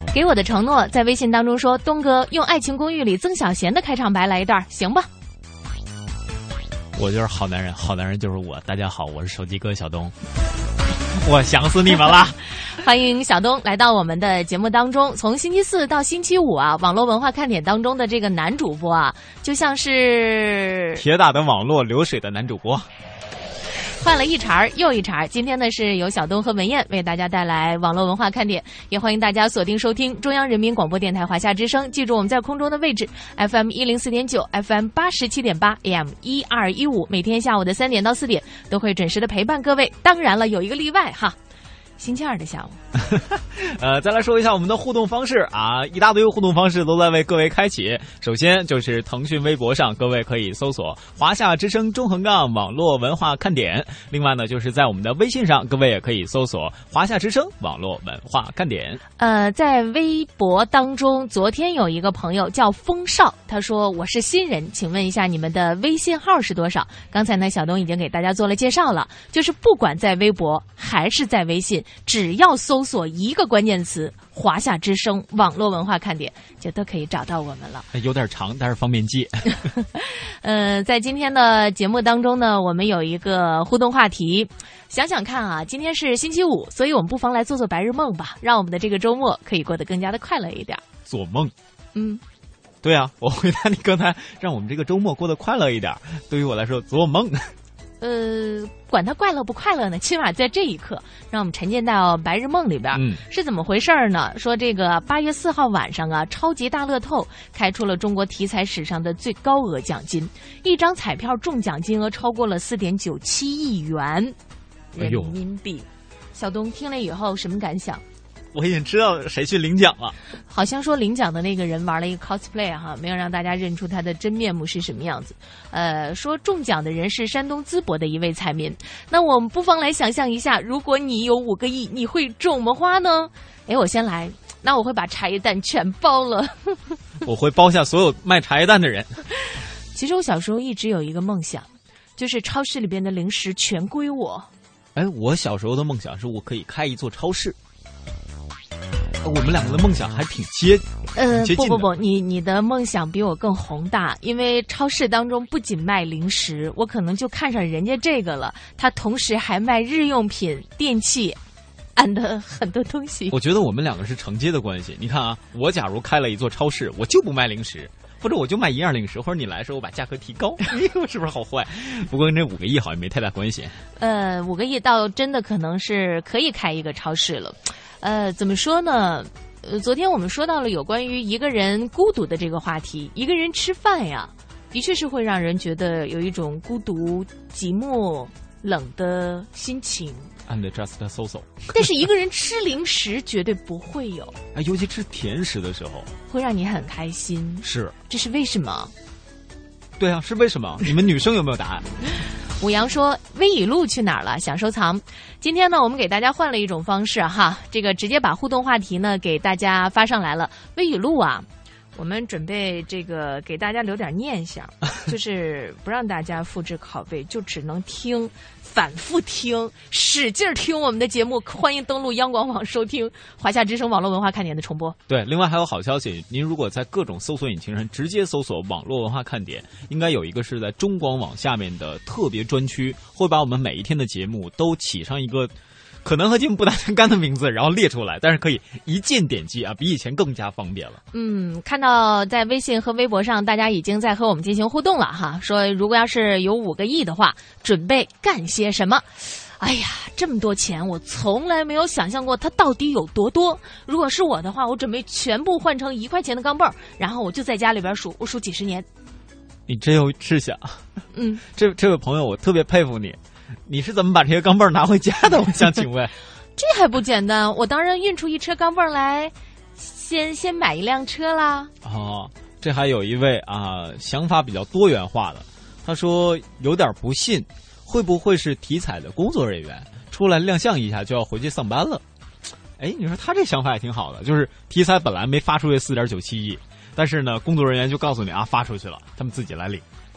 给我的承诺，在微信当中说，东哥用《爱情公寓》里曾小贤的开场白来一段，行吧？ 我就是好男人，好男人就是我。大家好，我是手机哥小东。我想死你们了！ 欢迎小东来到我们的节目当中。从星期四到星期五啊，网络文化看点当中的这个男主播啊，就像是铁打的网络流水的男主播。 换了一茬又一茬。今天呢，是由小东和文燕为大家带来网络文化看点，也欢迎大家锁定收听中央人民广播电台华夏之声。记住我们在空中的位置 FM 104.9 FM 87.8 AM 1215，每天下午的3点到4点都会准时的陪伴各位。当然了，有一个例外哈，星期二的下午。 再来说一下我们的互动方式啊，一大堆互动方式都在为各位开启。首先就是腾讯微博上，各位可以搜索华夏之声中横网络文化看点。另外呢，就是在我们的微信上，各位也可以搜索华夏之声网络文化看点。 在微博当中，昨天有一个朋友叫风少，他说我是新人，请问一下你们的微信号是多少？刚才呢，小东已经给大家做了介绍了，就是不管在微博还是在微信，只要搜索一个关键词华夏之声网络文化看点，就都可以找到我们了。 有点长，但是方便记。 在今天的节目当中呢，我们有一个互动话题，想想看啊，今天是星期五，所以我们不妨来做做白日梦吧，让我们的这个周末可以过得更加的快乐一点。 做梦。对啊，我回答你刚才让我们这个周末过得快乐一点，对于我来说做梦。 管它快乐不快乐呢，起码在这一刻让我们沉浸到白日梦里边。是怎么回事呢？说这个8月4号晚上啊，超级大乐透开出了中国体彩史上的最高额奖金，一张彩票中奖金额超过了4.97亿元人民币。小东听了以后什么感想？ 我已经知道谁去领奖了， 好像说领奖的那个人玩了一个 cosplay 哈，没有让大家认出他的真面目是什么样子。说中奖的人是山东淄博的一位彩民。那我们不妨来想象一下，如果你有5个亿，你会种么花呢？我先来，那我会把茶叶蛋全包了。 我会包下所有卖茶叶蛋的人。 其实我小时候一直有一个梦想，就是超市里边的零食全归我。 我小时候的梦想是我可以开一座超市。我们两个的梦想还挺接近的。 不，你的梦想比我更宏大，因为超市当中不仅卖零食，我可能就看上人家这个了，它同时还卖日用品、电器的很多东西。 我觉得我们两个是承接的关系。你看啊，我假如开了一座超市，我就不卖零食，或者我就卖一样零食，或者你来的时候我把价格提高，我是不是好坏？不过跟这5个亿好像没太大关系。 5个亿倒真的可能是可以开一个超市了。怎么说呢？昨天我们说到了有关于一个人孤独的这个话题，一个人吃饭呀，的确是会让人觉得有一种孤独、寂寞、冷的心情。 And just so。 但是一个人吃零食绝对不会有， 尤其吃甜食的时候， 会让你很开心。 是， 这是为什么？ 对啊，是为什么？你们女生有没有答案？ 武阳说微语录去哪儿了？想收藏。今天呢，我们给大家换了一种方式哈，这个直接把互动话题呢给大家发上来了。微语录啊，我们准备这个给大家留点念想，就是不让大家复制拷贝，就只能听，反复听，使劲听我们的节目。欢迎登录央广网收听华夏之声网络文化看点的重播。 对，另外还有好消息，您如果在各种搜索引擎上直接搜索网络文化看点，应该有一个是在中广网下面的特别专区，会把我们每一天的节目都起上一个可能和节目不大相干的名字，然后列出来，但是可以一键点击啊，比以前更加方便了。 看到在微信和微博上大家已经在和我们进行互动了哈，说如果要是有5个亿的话，准备干些什么？哎呀，这么多钱，我从来没有想象过它到底有多多。如果是我的话，我准备全部换成1块钱的钢镚儿，然后我就在家里边数，我数几十年。 你真有志向。这位朋友，我特别佩服你。你是怎么把这些钢镚儿拿回家的？我想请问。 这还不简单，我当然运出一车钢镚儿来，先买一辆车啦。 这还有一位想法比较多元化的，他说有点不信，会不会是体彩的工作人员出来亮相一下就要回去上班了？你说他这想法也挺好的，就是体彩本来没发出去4.97亿，但是呢，工作人员就告诉你发出去了，他们自己来领。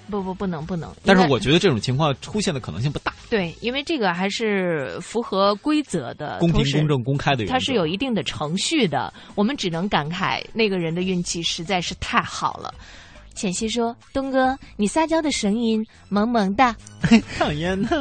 不能。 但是我觉得这种情况出现的可能性不大。 对，因为这个还是符合规则的， 公平、公正、公开的原则， 它是有一定的程序的。我们只能感慨那个人的运气实在是太好了。浅汐说：“东哥，你撒娇的声音萌萌哒。” 讨厌呢。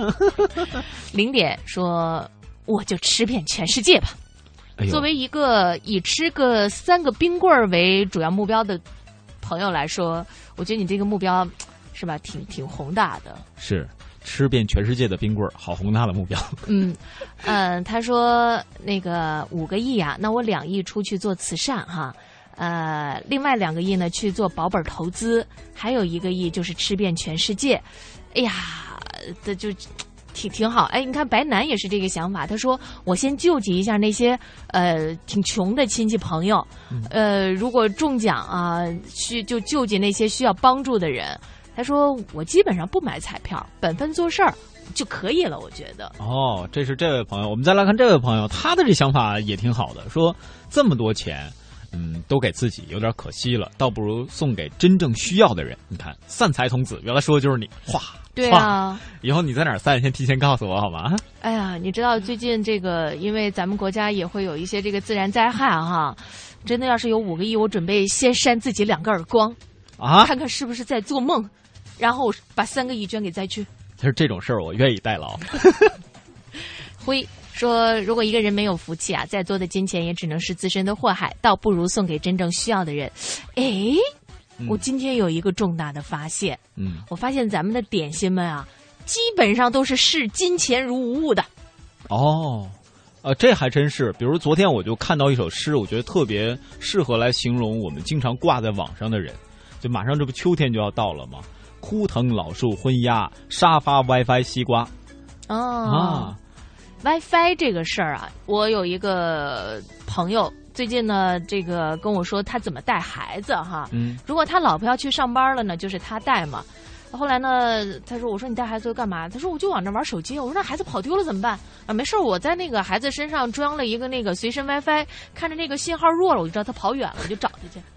0点说：“我就吃遍全世界吧。”作为一个以吃个3个冰棍儿为主要目标的朋友来说，我觉得你这个目标是吧，挺宏大的。 是吃遍全世界的冰棍儿，好宏大的目标。 他说那个5个亿啊，那我2亿出去做慈善哈，另外2个亿呢去做保本投资，还有1个亿就是吃遍全世界。哎呀，这就挺好。哎，你看白楠也是这个想法，他说我先救济一下那些挺穷的亲戚朋友，如果中奖啊，就救济那些需要帮助的人。他说我基本上不买彩票，本分做事儿就可以了，我觉得。 哦，这是这位朋友。我们再来看这位朋友，他的这想法也挺好的，说这么多钱都给自己有点可惜了，倒不如送给真正需要的人。你看散财童子原来说的就是你。哗， 对啊， 以后你在哪儿散，先提前告诉我好吗？ 哎呀，你知道最近这个，因为咱们国家也会有一些这个自然灾害哈，真的要是有5个亿，我准备先扇自己2个耳光啊，看看是不是在做梦，然后把3个亿捐给灾区。 其实这种事儿我愿意代劳。 辉说，如果一个人没有福气啊，再多的金钱也只能是自身的祸害，倒不如送给真正需要的人。哎，我今天有一个重大的发现，我发现咱们的点心们啊，基本上都是视金钱如无物的。 哦，这还真是。比如昨天我就看到一首诗，我觉得特别适合来形容我们经常挂在网上的人。就马上这不秋天就要到了吗？枯藤老树昏鸦，沙发 WiFi 西瓜。 WiFi 这个事儿啊，我有一个朋友最近呢，这个跟我说他怎么带孩子哈。如果他老婆要去上班了呢，就是他带嘛。后来呢，他说：“我说你带孩子干嘛？”他说：“我就往那玩手机。”我说：“那孩子跑丢了怎么办？”啊，没事，我在那个孩子身上装了一个那个随身 WiFi， 看着那个信号弱了，我就知道他跑远了，我就找他去。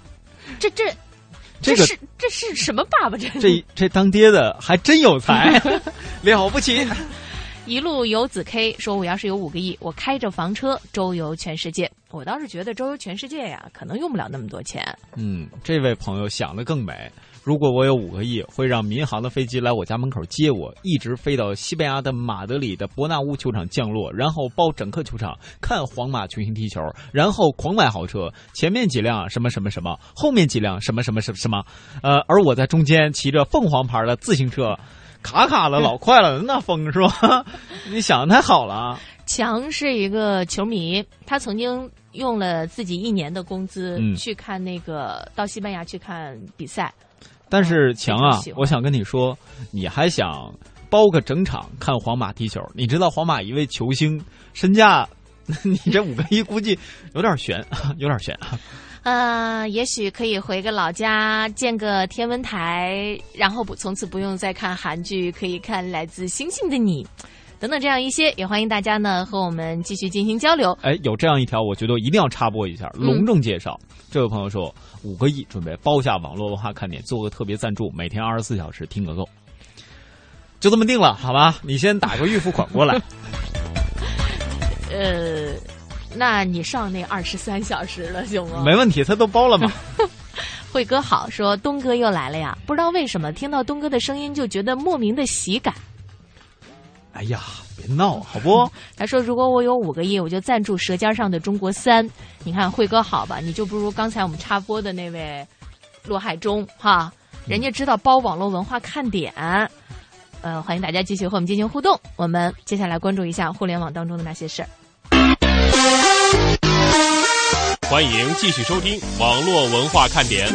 这是什么爸爸？ 这当爹的还真有才，了不起。 一路游子 K 说：“我要是有5个亿，我开着房车周游全世界。”我倒是觉得周游全世界呀，可能用不了那么多钱。 这位朋友想得更美。如果我有5个亿，会让民航的飞机来我家门口接我，一直飞到西班牙的马德里的伯纳乌球场降落，然后包整个球场看皇马球星踢球，然后狂买豪车，前面几辆什么什么什么，后面几辆什么什么什么，而我在中间骑着凤凰牌的自行车，卡了，老快了，那风是吧？你想的太好了。 强是一个球迷，他曾经用了自己1年的工资去看那个到西班牙去看比赛。 但是强啊，我想跟你说，你还想包个整场看皇马踢球？你知道皇马一位球星身价，你这5个亿估计有点悬，有点悬啊。 也许可以回个老家建个天文台，然后从此不用再看韩剧，可以看来自星星的你等等，这样一些也欢迎大家呢和我们继续进行交流。 有这样一条我觉得一定要插播一下，隆重介绍。这位朋友说5个亿准备包下网络文化看点，做个特别赞助，每天24小时听个够，就这么定了好吧？你先打个预付款过来。 那你上那23小时了行吗？ 没问题，他都包了嘛。 慧哥好说，东哥又来了呀，不知道为什么听到东哥的声音就觉得莫名的喜感。 哎呀，别闹好不？ 他说如果我有5个亿，我就赞助《舌尖上的中国3》。你看慧哥好吧，你就不如刚才我们插播的那位骆海中哈，人家知道包网络文化看点。欢迎大家继续和我们进行互动。我们接下来关注一下互联网当中的那些事儿。 欢迎继续收听网络文化看点。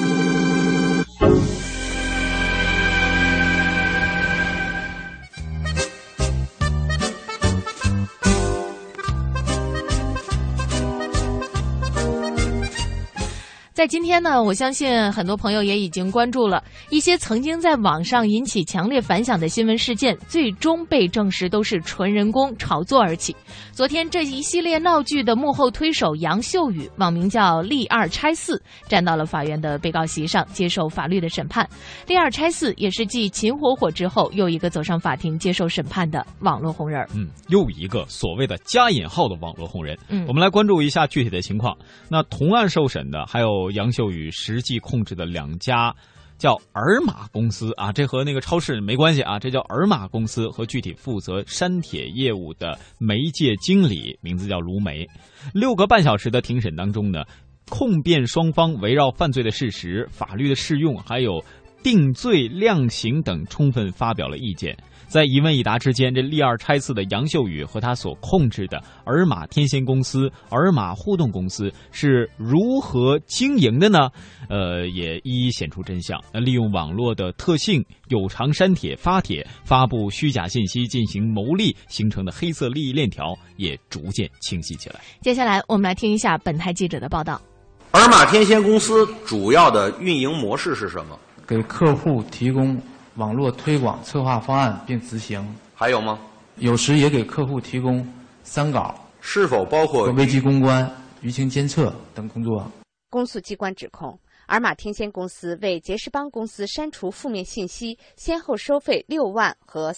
在今天呢，我相信很多朋友也已经关注了一些曾经在网上引起强烈反响的新闻事件，最终被证实都是纯人工炒作而起。昨天这一系列闹剧的幕后推手杨秀宇，网名叫立二拆四，站到了法院的被告席上接受法律的审判。立二拆四也是继秦火火之后又一个走上法庭接受审判的网络红人。 又一个所谓的加引号的网络红人。我们来关注一下具体的情况。那同案受审的还有杨秀宇实际控制的2家叫尔玛公司啊，这和那个超市没关系啊，这叫尔玛公司和具体负责删帖业务的媒介经理，名字叫卢梅。6个半小时的庭审当中呢，控辩双方围绕犯罪的事实、法律的适用，还有定罪量刑等充分发表了意见。在一问一答之间，这立二拆四的杨秀宇和他所控制的尔玛天仙公司、尔玛互动公司是如何经营的呢？也一一显出真相。利用网络的特性，有偿删帖、发帖、发布虚假信息进行牟利形成的黑色利益链条也逐渐清晰起来。 接下来我们来听一下本台记者的报道。 尔玛天仙公司主要的运营模式是什么？ 给客户提供网络推广策划方案并执行。 还有吗？ 有时也给客户提供删稿， 是否包括危机公关、舆情监测等工作？ 公诉机关指控尔玛天仙公司为杰士邦公司删除负面信息，先后收费6万和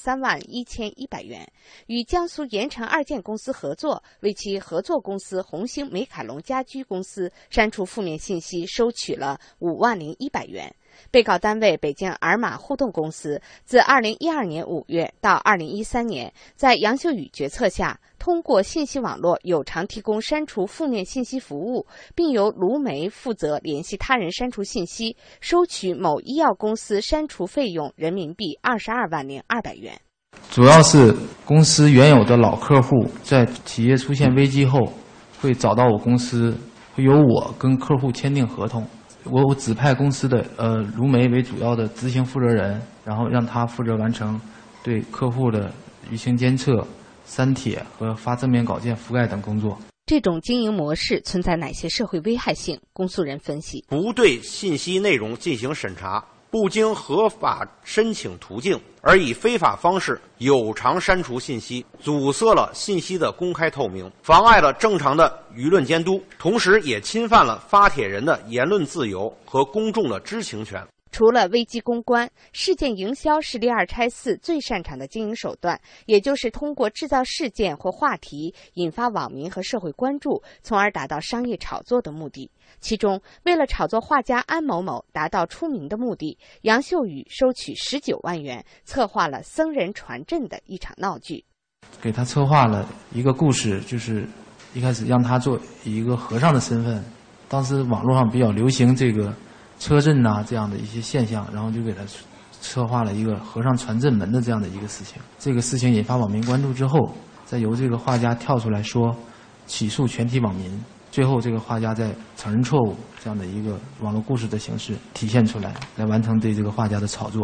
31100元，与江苏盐城2建公司合作，为其合作公司红星美凯龙家居公司删除负面信息，收取了50100元。被告单位北京尔玛互动公司自2012年5月到2013年，在杨秀宇决策下，通过信息网络有偿提供删除负面信息服务，并由卢梅负责联系他人删除信息，收取某医药公司删除费用人民币22.2万元。 主要是公司原有的老客户在企业出现危机后，会找到我公司，会由我跟客户签订合同。我指派公司的卢梅为主要的执行负责人，然后让他负责完成对客户的舆情监测、删帖和发正面稿件覆盖等工作。 这种经营模式存在哪些社会危害性？公诉人分析： 不对信息内容进行审查，不经合法申请途径，而以非法方式有偿删除信息，阻塞了信息的公开透明，妨碍了正常的舆论监督，同时也侵犯了发帖人的言论自由和公众的知情权。 除了危机公关，事件营销是立二拆四最擅长的经营手段，也就是通过制造事件或话题，引发网民和社会关注，从而达到商业炒作的目的。其中，为了炒作画家安某某达到出名的目的，杨秀宇收取19万元，策划了僧人传阵的一场闹剧。 给他策划了一个故事，就是一开始让他做以一个和尚的身份，当时网络上比较流行这个车阵啊这样的一些现象，然后就给他策划了一个和尚传阵门的这样的一个事情。这个事情引发网民关注之后，再由这个画家跳出来说起诉全体网民，最后这个画家在承认错误这样的一个网络故事的形式体现出来，来完成对这个画家的炒作。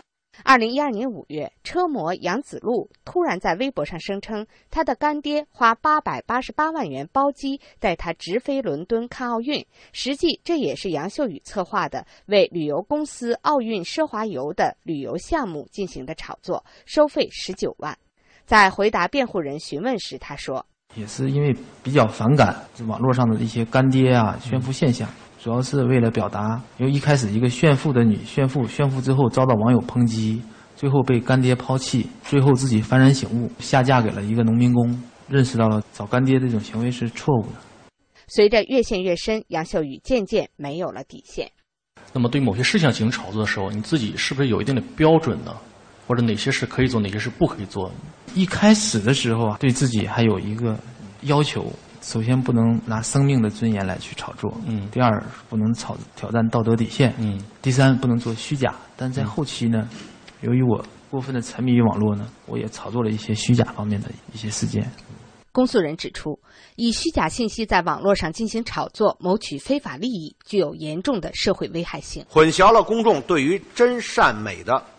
2012年5月，车模杨子璐突然在微博上声称，他的干爹花888万元包机带他直飞伦敦看奥运，实际这也是杨秀宇策划的为旅游公司奥运奢华游的旅游项目进行的炒作，收费19万。在回答辩护人询问时，他说： 也是因为比较反感网络上的一些干爹啊炫富现象，主要是为了表达，由一开始一个炫富的女炫富之后遭到网友抨击，最后被干爹抛弃，最后自己幡然醒悟，下嫁给了一个农民工，认识到了找干爹这种行为是错误的。 随着越陷越深，杨秀宇渐渐没有了底线。 那么对某些事情进行炒作的时候，你自己是不是有一定的标准呢？或者哪些是可以做，哪些是不可以做？ 一开始的时候啊，对自己还有一个要求，首先不能拿生命的尊严来去炒作，第二不能挑战道德底线，第三不能做虚假。但在后期呢，由于我过分的沉迷于网络呢，我也炒作了一些虚假方面的一些事件。 公诉人指出，以虚假信息在网络上进行炒作，谋取非法利益，具有严重的社会危害性， 混淆了公众对于真善美的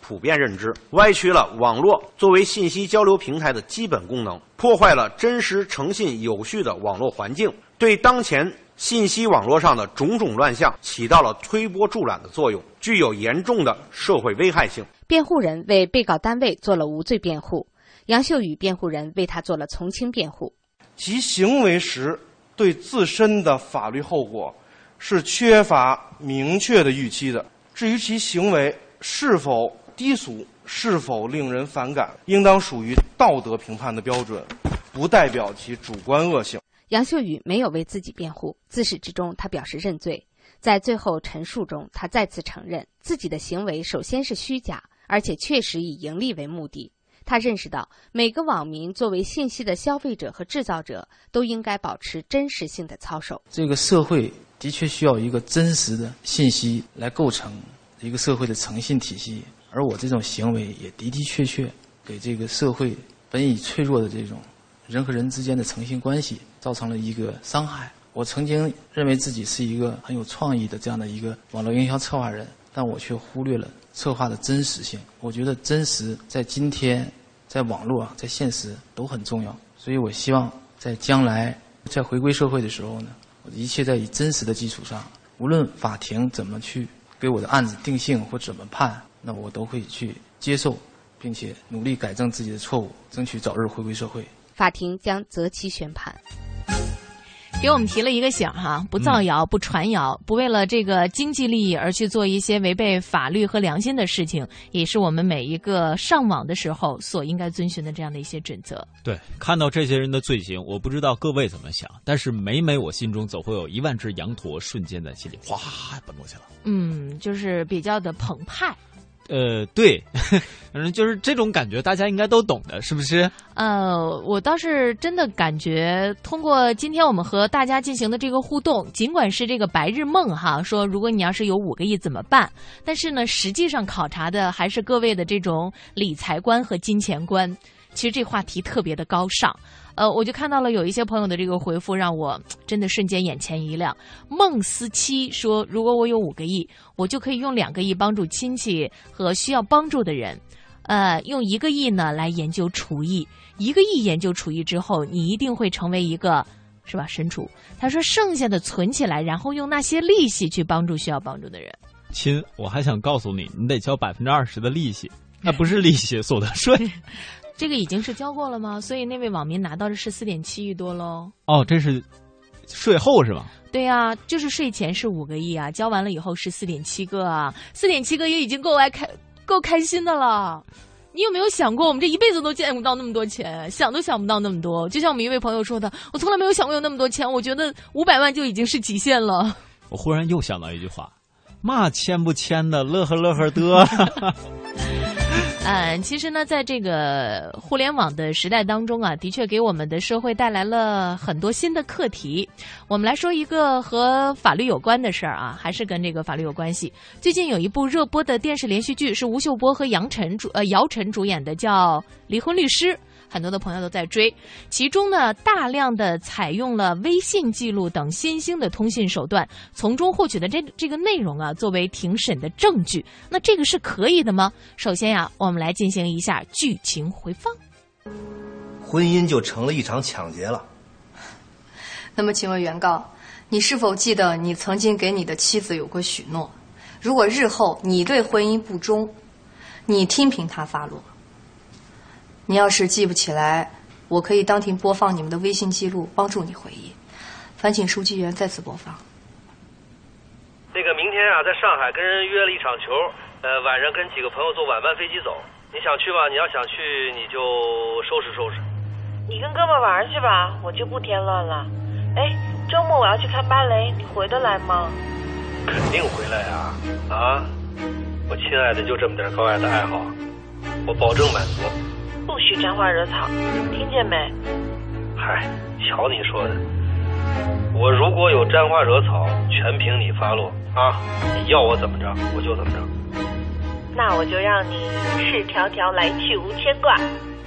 普遍认知，歪曲了网络作为信息交流平台的基本功能，破坏了真实诚信有序的网络环境，对当前信息网络上的种种乱象起到了推波助澜的作用，具有严重的社会危害性。 辩护人为被告单位做了无罪辩护，杨秀宇辩护人为他做了从轻辩护。 其行为时对自身的法律后果是缺乏明确的预期的，至于其行为是否低俗，是否令人反感，应当属于道德评判的标准，不代表其主观恶性。 杨秀宇没有为自己辩护，自始至终他表示认罪。在最后陈述中，他再次承认自己的行为首先是虚假，而且确实以盈利为目的。他认识到每个网民作为信息的消费者和制造者都应该保持真实性的操守。 这个社会的确需要一个真实的信息来构成一个社会的诚信体系，而我这种行为也的的确确给这个社会本已脆弱的这种人和人之间的诚信关系造成了一个伤害。我曾经认为自己是一个很有创意的这样的一个网络营销策划人，但我却忽略了策划的真实性。我觉得真实在今天在网络在现实都很重要，所以我希望在将来在回归社会的时候呢，我一切在以真实的基础上，无论法庭怎么去给我的案子定性或怎么判，那我都会去接受，并且努力改正自己的错误，争取早日回归社会。 法庭将择期宣判。 给我们提了一个醒哈，不造谣，不传谣，不为了这个经济利益而去做一些违背法律和良心的事情，也是我们每一个上网的时候所应该遵循的这样的一些准则。 对，看到这些人的罪行，我不知道各位怎么想，但是每我心中总会有10000只羊驼瞬间在心里哗奔过去了。 就是比较的澎湃。 对，反正就是这种感觉，大家应该都懂的，是不是？ 我倒是真的感觉，通过今天我们和大家进行的这个互动，尽管是这个白日梦哈，说如果你要是有5个亿怎么办？但是呢，实际上考察的还是各位的这种理财观和金钱观。其实这话题特别的高尚。我就看到了有一些朋友的这个回复，让我真的瞬间眼前一亮。孟思期说，如果我有5个亿，我就可以用2个亿帮助亲戚和需要帮助的人，用1个亿呢来研究厨艺，1个亿研究厨艺之后，你一定会成为一个是吧神厨。他说剩下的存起来，然后用那些利息去帮助需要帮助的人。 亲，我还想告诉你，你得交20%的利息，那不是利息，所得税。 这个已经是交过了吗？所以那位网民拿到的是4.7亿多喽。 哦，这是税后是吧？ 对啊，就是税前是5个亿啊，交完了以后是4.7个啊，4.7个也已经够开心的了。你有没有想过，我们这一辈子都见不到那么多钱，想都想不到那么多。就像我们一位朋友说的，我从来没有想过有那么多钱，我觉得500万就已经是极限了。 我忽然又想到一句话，嘛签不签的，乐呵乐呵的。 其实呢，在这个互联网的时代当中啊，的确给我们的社会带来了很多新的课题。我们来说一个和法律有关的事儿啊，还是跟这个法律有关系。最近有一部热播的电视连续剧，是吴秀波和姚晨主演的，叫《离婚律师》。很多的朋友都在追，其中呢，大量的采用了微信记录等新兴的通信手段，从中获取的这个内容啊，作为庭审的证据。那这个是可以的吗？首先呀，我们来进行一下剧情回放。 婚姻就成了一场抢劫了。 那么，请问原告，你是否记得你曾经给你的妻子有过许诺？如果日后你对婚姻不忠，你听凭他发落。你要是记不起来，我可以当庭播放你们的微信记录，帮助你回忆。烦请书记员再次播放。 那个明天啊，在上海跟人约了一场球，晚上跟几个朋友坐晚班飞机走。你想去吧？你要想去，你就收拾收拾。 你跟哥们玩去吧，我就不添乱了。哎，周末我要去看芭蕾，你回得来吗？ 肯定回来啊！啊，我亲爱的就这么点高雅的爱好，我保证满足。 不许沾花惹草，听见没？ 嗨，瞧你说的，我如果有沾花惹草，全凭你发落啊！你要我怎么着，我就怎么着。 那我就让你赤条条来去无牵挂。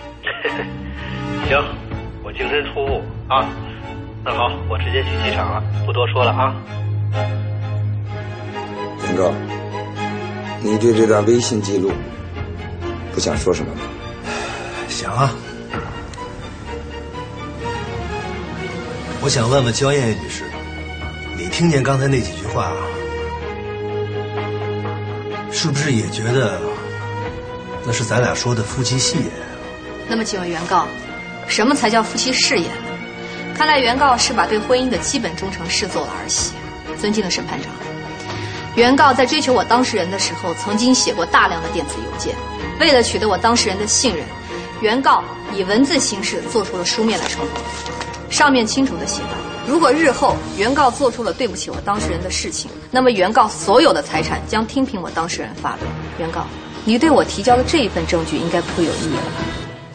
行，我净身出户啊！那好，我直接去机场了，不多说了啊。 原告，你对这段微信记录不想说什么吗？ 想啊。我想问问焦艳艳女士，你听见刚才那几句话，是不是也觉得那是咱俩说的夫妻戏言？ 那么请问原告，什么才叫夫妻誓言呢？看来原告是把对婚姻的基本忠诚视作了儿戏。尊敬的审判长，原告在追求我当事人的时候，曾经写过大量的电子邮件。为了取得我当事人的信任，原告以文字形式做出了书面的承诺，上面清楚地写道：如果日后原告做出了对不起我当事人的事情，那么原告所有的财产将听凭我当事人发落。原告，你对我提交的这一份证据应该不会有异议了吧？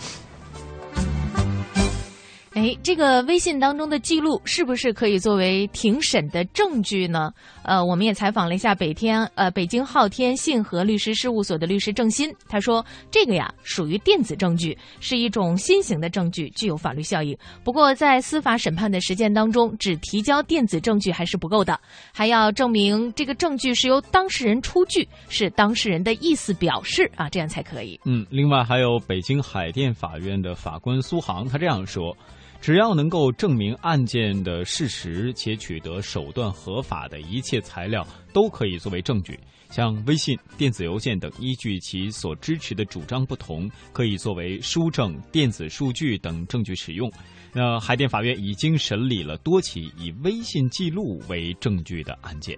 哎，这个微信当中的记录是不是可以作为庭审的证据呢？我们也采访了一下北京昊天信和律师事务所的律师郑鑫，他说这个呀属于电子证据，是一种新型的证据，具有法律效应。不过在司法审判的实践当中，只提交电子证据还是不够的，还要证明这个证据是由当事人出具，是当事人的意思表示啊，这样才可以。 另外还有北京海淀法院的法官苏杭，他这样说。只要能够证明案件的事实且取得手段合法的一切材料，都可以作为证据。像微信、电子邮件等，依据其所支持的主张不同，可以作为书证、电子数据等证据使用。海淀法院已经审理了多起以微信记录为证据的案件。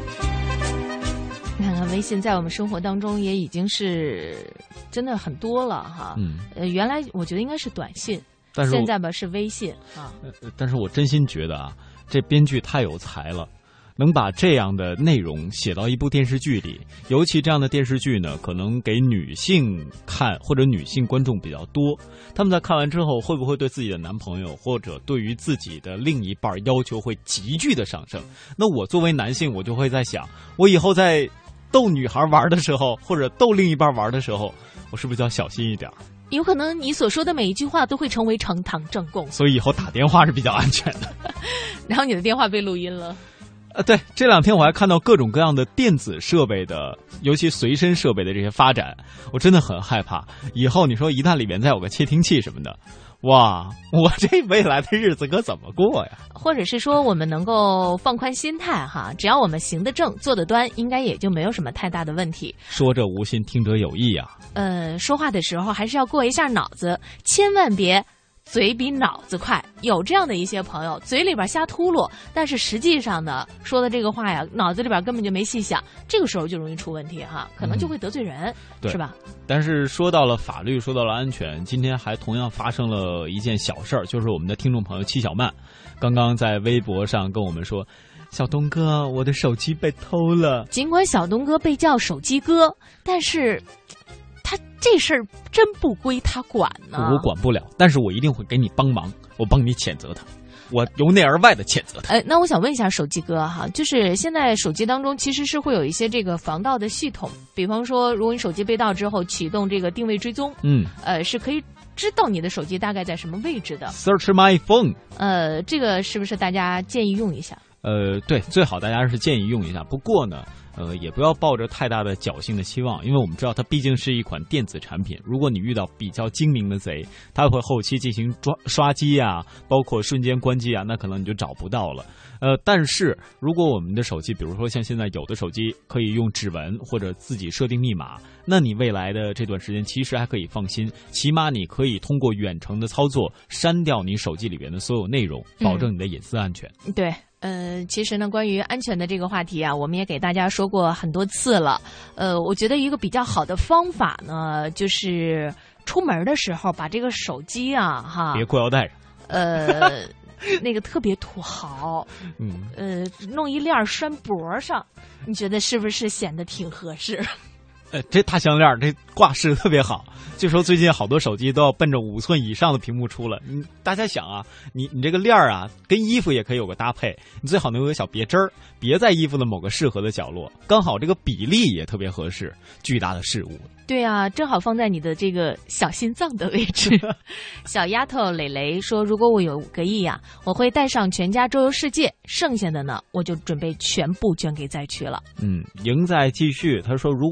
你看看微信在我们生活当中也已经是真的很多了哈。原来我觉得应该是短信。现在吧是微信啊， 但是我真心觉得啊，这编剧太有才了，能把这样的内容写到一部电视剧里。尤其这样的电视剧呢，可能给女性看或者女性观众比较多，他们在看完之后，会不会对自己的男朋友或者对于自己的另一半要求会急剧的上升？那我作为男性，我就会在想，我以后在逗女孩玩的时候，或者逗另一半玩的时候，我是不是就要小心一点？ 有可能你所说的每一句话都会成为呈堂证供， 所以以后打电话是比较安全的。 然后你的电话被录音了。 对，这两天我还看到各种各样的电子设备的，尤其随身设备的这些发展，我真的很害怕。以后你说一旦里面再有个窃听器什么的，哇，我这未来的日子可怎么过呀？ 或者是说我们能够放宽心态哈，只要我们行得正坐得端，应该也就没有什么太大的问题。 说者无心，听者有意啊。 说话的时候还是要过一下脑子，千万别嘴比脑子快。有这样的一些朋友，嘴里边瞎秃噜，但是实际上呢，说的这个话呀，脑子里边根本就没细想，这个时候就容易出问题哈，可能就会得罪人，是吧？ 但是说到了法律，说到了安全，今天还同样发生了一件小事儿，就是我们的听众朋友戚小曼，刚刚在微博上跟我们说，小东哥，我的手机被偷了。 尽管小东哥被叫手机哥，但是他这事儿真不归他管呢。 我管不了，但是我一定会给你帮忙，我帮你谴责他，我由内而外的谴责他。 那我想问一下手机哥哈，就是现在手机当中其实是会有一些这个防盗的系统，比方说如果你手机被盗之后启动这个定位追踪，是可以知道你的手机大概在什么位置的。 Search my phone。 这个是不是大家建议用一下？ 对，最好大家是建议用一下。不过呢，也不要抱着太大的侥幸的期望，因为我们知道它毕竟是一款电子产品。如果你遇到比较精明的贼，他会后期进行刷机啊，包括瞬间关机啊，那可能你就找不到了。但是如果我们的手机，比如说像现在有的手机可以用指纹或者自己设定密码，那你未来的这段时间其实还可以放心，起码你可以通过远程的操作删掉你手机里边的所有内容，保证你的隐私安全。 对。其实呢，关于安全的这个话题啊，我们也给大家说过很多次了。我觉得一个比较好的方法呢，就是出门的时候把这个手机啊，哈， 别裤腰带上。 那个特别土豪，弄一链拴脖上，你觉得是不是显得挺合适？ 这大项链这挂饰特别好。据说最近好多手机都要奔着5寸以上的屏幕出了。大家想啊，你这个链儿啊，跟衣服也可以有个搭配，你最好能有个小别针儿，别在衣服的某个适合的角落，刚好这个比例也特别合适。巨大的事物， 对啊，正好放在你的这个小心脏的位置。小丫头蕾蕾说，如果我有5个亿啊，我会带上全家周游世界，剩下的呢，我就准备全部捐给灾区了。 赢在继续。他说，如果我有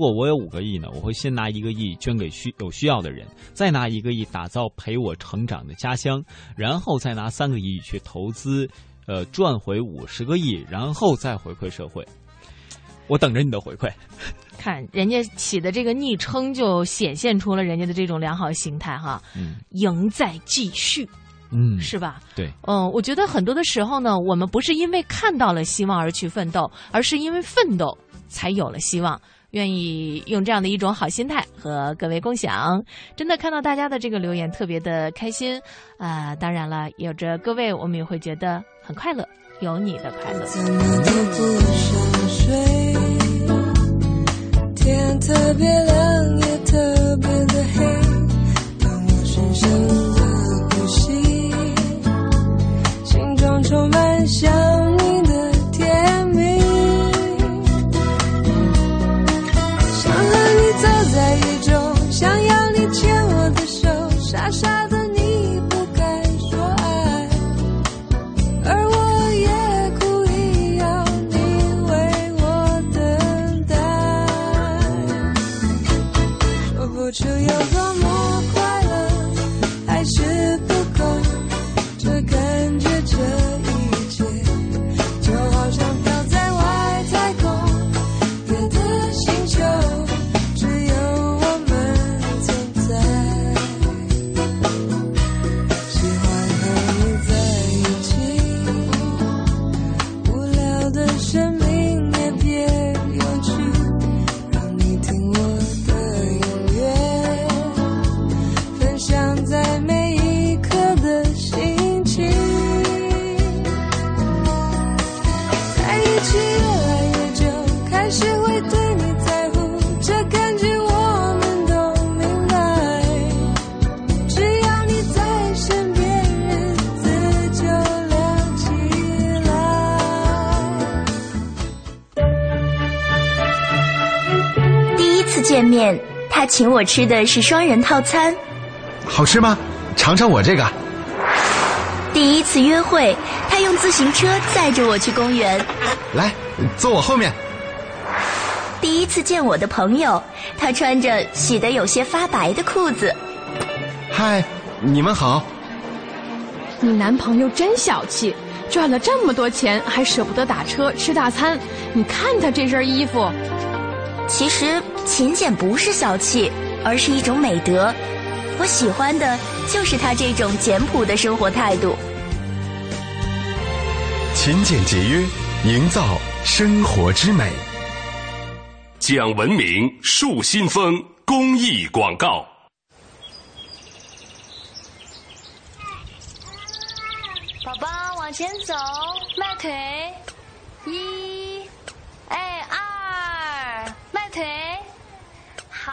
5个亿呢，我会先拿1个亿捐给有需要的人，再拿1个亿打造陪我成长的家乡，然后再拿3个亿去投资，赚回50个亿，然后再回馈社会。我等着你的回馈。 看人家起的这个昵称就显现出了人家的这种良好心态哈，赢在继续，是吧？ 对， 我觉得很多的时候呢，我们不是因为看到了希望而去奋斗，而是因为奋斗才有了希望。愿意用这样的一种好心态和各位共享，真的看到大家的这个留言特别的开心当然了，有着各位我们也会觉得很快乐，有你的快乐。 怎么都不想睡，天特别亮也特别的黑，当我深深的呼吸，心中充满想你的甜蜜，想和你走在雨中，想要你牵我的手，傻傻的你不该说爱，而我也故意要你为我等待，说不出有多么快乐，还是不够，这感觉这一切就好像飘在外太空别的星球，只有我们存在，喜欢和你在一起，无聊的生命也别有趣，让你听我的音乐，分享在每一刻的心情，在一起越来越久，开始会对你在乎，这感觉我们都明白，只要你在身边，日子就亮起来。 第一次见面，他请我吃的是双人套餐。 好吃吗？尝尝我这个。 第一次约会，他用自行车载着我去公园。 来，坐我后面。 第一次见我的朋友，他穿着洗得有些发白的裤子。 嗨，你们好。 你男朋友真小气，赚了这么多钱还舍不得打车吃大餐，你看他这身衣服。 其实勤俭不是小气，而是一种美德。我喜欢的就是他这种简朴的生活态度。 勤俭节约，营造生活之美。 讲文明树新风公益广告。 宝宝往前走，迈腿，1，哎，2，迈腿，好。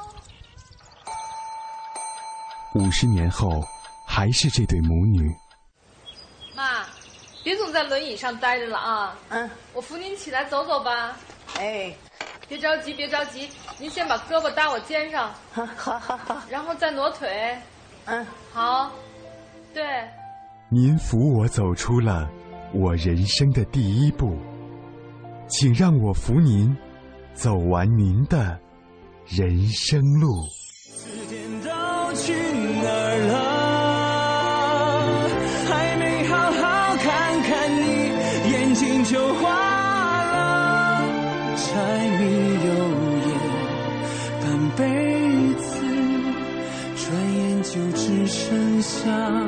50年后，还是这对母女。 妈，别总在轮椅上待着了啊！我扶您起来走走吧。哎，别着急，别着急，您先把胳膊搭我肩上。好，然后再挪腿。好，对。 您扶我走出了我人生的第一步，请让我扶您走完您的人生路。 去哪儿了？还没好好看看你，眼睛就花了。柴米油盐半辈子，转眼就只剩下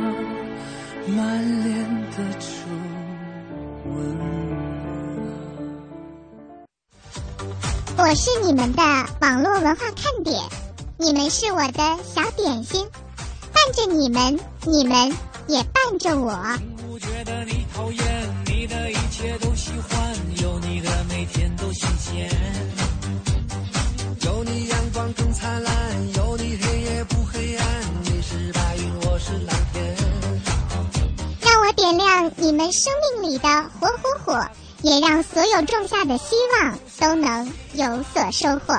满脸的皱纹。 我是你们的网络文化看点。你们是我的小点心，伴着你们，你们也伴着我。不觉得你讨厌，你的一切都喜欢，有你的每天都新鲜，有你阳光更灿烂，有你黑夜不黑暗，你是白云，我是蓝天。让我点亮你们生命里的火火火，也让所有种下的希望都能有所收获。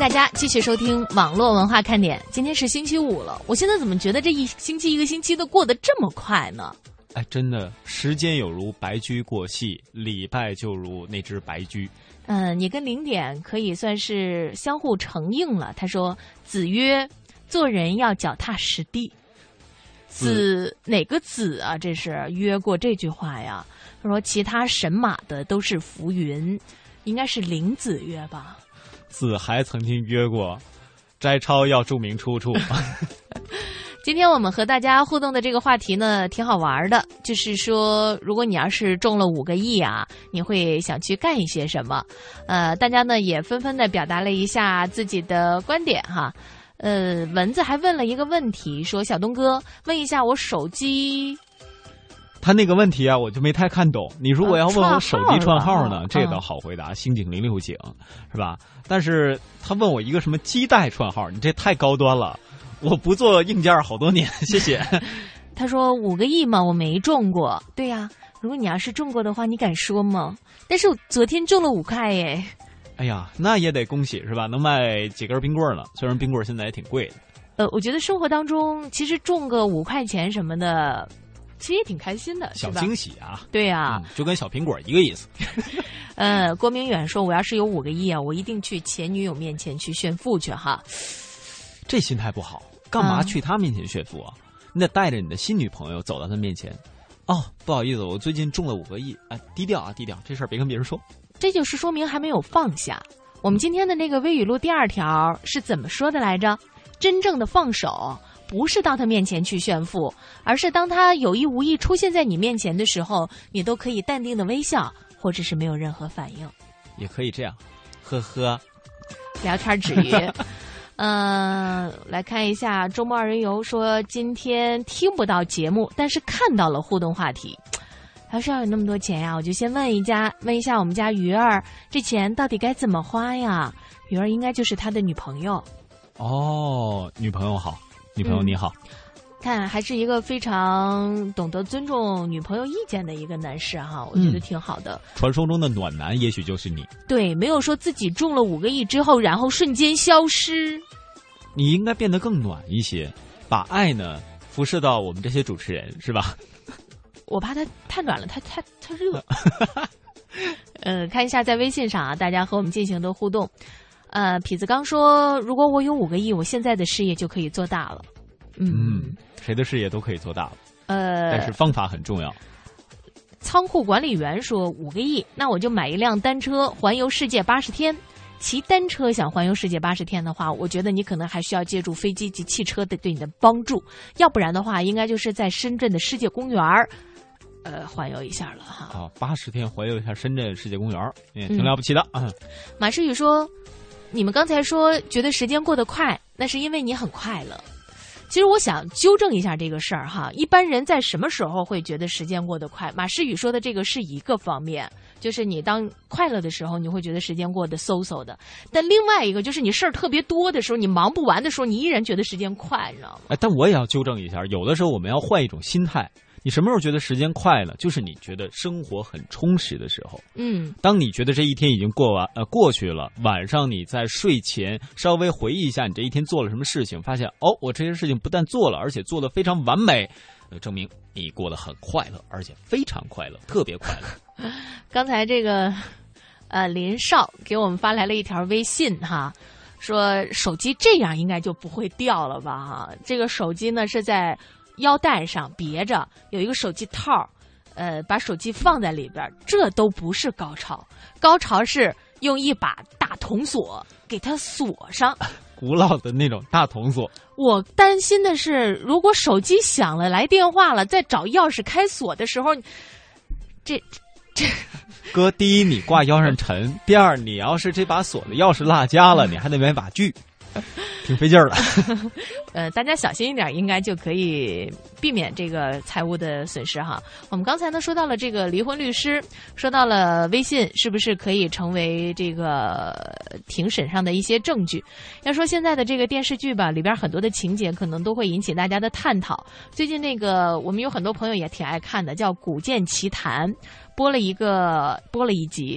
大家继续收听网络文化看点。今天是星期五了，我现在怎么觉得这一个星期的过得这么快呢？ 哎，真的，时间有如白驹过隙，礼拜就如那只白驹。 你跟零点可以算是相互承应了。他说：“子曰，做人要脚踏实地。”子哪个子啊？这是约过这句话呀？他说：“其他神马的都是浮云，应该是林子约吧？” 子还曾经约过，摘抄要注明出处。 今天我们和大家互动的这个话题呢，挺好玩的，就是说，如果你要是中了5个亿啊，你会想去干一些什么？大家呢也纷纷的表达了一下自己的观点哈。蚊子还问了一个问题，说小东哥，问一下我手机。 他那个问题啊，我就没太看懂。你如果要问我手机串号呢，这个倒好回答，星井060井，是吧？但是他问我一个什么基带串号，你这太高端了。我不做硬件好多年，谢谢。 他说5个亿嘛，我没中过。对呀，如果你要是中过的话，你敢说吗？但是我昨天中了5块耶。 哎呀，那也得恭喜是吧？能卖几根冰棍了，虽然冰棍现在也挺贵的。 我觉得生活当中其实中个5块钱什么的，其实也挺开心的， 小惊喜啊！ 对呀， 就跟小苹果一个意思。 郭明远说：“我要是有5个亿啊，我一定去前女友面前去炫富去哈。” 这心态不好，干嘛去他面前炫富啊？你得带着你的新女朋友走到他面前。哦，不好意思，我最近中了5个亿，哎，低调啊，低调，这事儿别跟别人说。 这就是说明还没有放下。我们今天的那个微语录第2条是怎么说的来着？真正的放手，不是到他面前去炫富，而是当他有意无意出现在你面前的时候，你都可以淡定的微笑，或者是没有任何反应。 也可以这样，呵呵。 聊天止于。来看一下周末2人游说今天听不到节目，但是看到了互动话题。还是要有那么多钱呀？我就先问一下我们家鱼儿，这钱到底该怎么花呀？鱼儿应该就是他的女朋友。 哦，女朋友好，女朋友你好。 看，还是一个非常懂得尊重女朋友意见的一个男士哈，我觉得挺好的。 传说中的暖男也许就是你。 对，没有说自己中了5个亿之后，然后瞬间消失。 你应该变得更暖一些，把爱呢辐射到我们这些主持人，是吧？ 我怕他太暖了，他热。看一下在微信上啊，大家和我们进行的互动。痞子刚说，如果我有5个亿，我现在的事业就可以做大了。 谁的事业都可以做大了。但是方法很重要。 仓库管理员说5个亿，那我就买一辆单车环游世界80天。骑单车想环游世界80天的话，我觉得你可能还需要借助飞机及汽车的对你的帮助，要不然的话，应该就是在深圳的世界公园环游一下了哈。 80天环游一下深圳世界公园，也挺了不起的。 马诗雨说，你们刚才说觉得时间过得快，那是因为你很快乐。其实我想纠正一下这个事儿哈，一般人在什么时候会觉得时间过得快？马诗雨说的这个是一个方面，就是你当快乐的时候，你会觉得时间过得嗖的。但另外一个就是你事儿特别多的时候，你忙不完的时候，你依然觉得时间快，你知道吗？ 但我也要纠正一下，有的时候我们要换一种心态。你什么时候觉得时间快了？就是你觉得生活很充实的时候。当你觉得这一天已经过去了，晚上你在睡前稍微回忆一下你这一天做了什么事情，发现我这些事情不但做了，而且做得非常完美，证明你过得很快乐，而且非常快乐，特别快乐。 刚才这个林少给我们发来了一条微信哈，说手机这样应该就不会掉了吧哈？这个手机呢是在腰带上别着，有一个手机套，把手机放在里边，这都不是高潮，高潮是用一把大铜锁给它锁上， 古老的那种大铜锁。 我担心的是，如果手机响了来电话了，在找钥匙开锁的时候，这哥，第一你挂腰上沉，第二你要是这把锁的钥匙落家了，你还得买把锯。挺费劲儿的。大家小心一点，应该就可以避免这个财务的损失哈。我们刚才呢说到了这个离婚律师，说到了微信是不是可以成为这个庭审上的一些证据。要说现在的这个电视剧吧，里边很多的情节可能都会引起大家的探讨。最近那个我们有很多朋友也挺爱看的，叫《古剑奇谭》，播了一集。